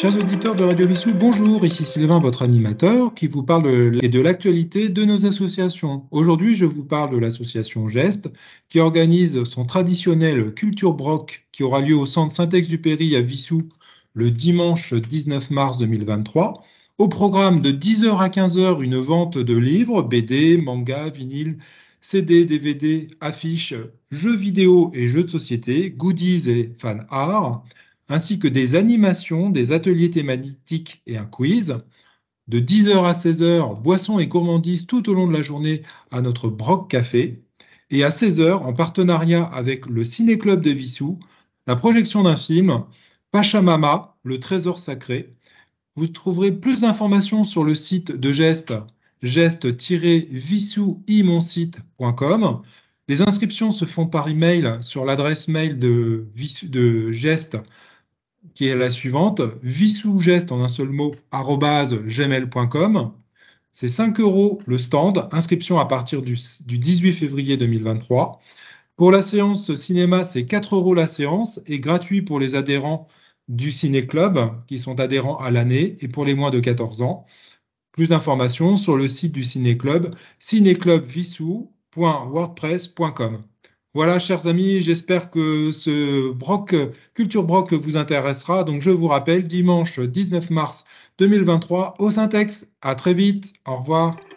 Chers auditeurs de Radio Vissou, bonjour, ici Sylvain, votre animateur, qui vous parle de l'actualité de nos associations. Aujourd'hui, je vous parle de l'association Geste, qui organise son traditionnel Culture Broc, qui aura lieu au centre Saint-Exupéry à Vissou le dimanche 19 mars 2023. Au programme de 10h à 15h, une vente de livres, BD, manga, vinyle, CD, DVD, affiches, jeux vidéo et jeux de société, goodies et fan art, ainsi que des animations, des ateliers thématiques et un quiz. De 10h à 16h, boissons et gourmandises tout au long de la journée à notre Broc Café. Et à 16h, en partenariat avec le Ciné-Club de Vissou, la projection d'un film, Pachamama, le trésor sacré. Vous trouverez plus d'informations sur le site de Geste, geste-vissou-imonsite.com. Les inscriptions se font par email sur l'adresse mail de Geste, qui est la suivante, vissougeste en un seul mot, @gmail.com. C'est 5 € le stand, inscription à partir du 18 février 2023. Pour la séance cinéma, c'est 4 € la séance et gratuit pour les adhérents du Ciné-Club qui sont adhérents à l'année et pour les moins de 14 ans. Plus d'informations sur le site du Ciné-Club, cinéclubvissou.wordpress.com. Voilà, chers amis, j'espère que ce Culture Broc vous intéressera. Donc, je vous rappelle, dimanche 19 mars 2023 au Syntex. À très vite. Au revoir.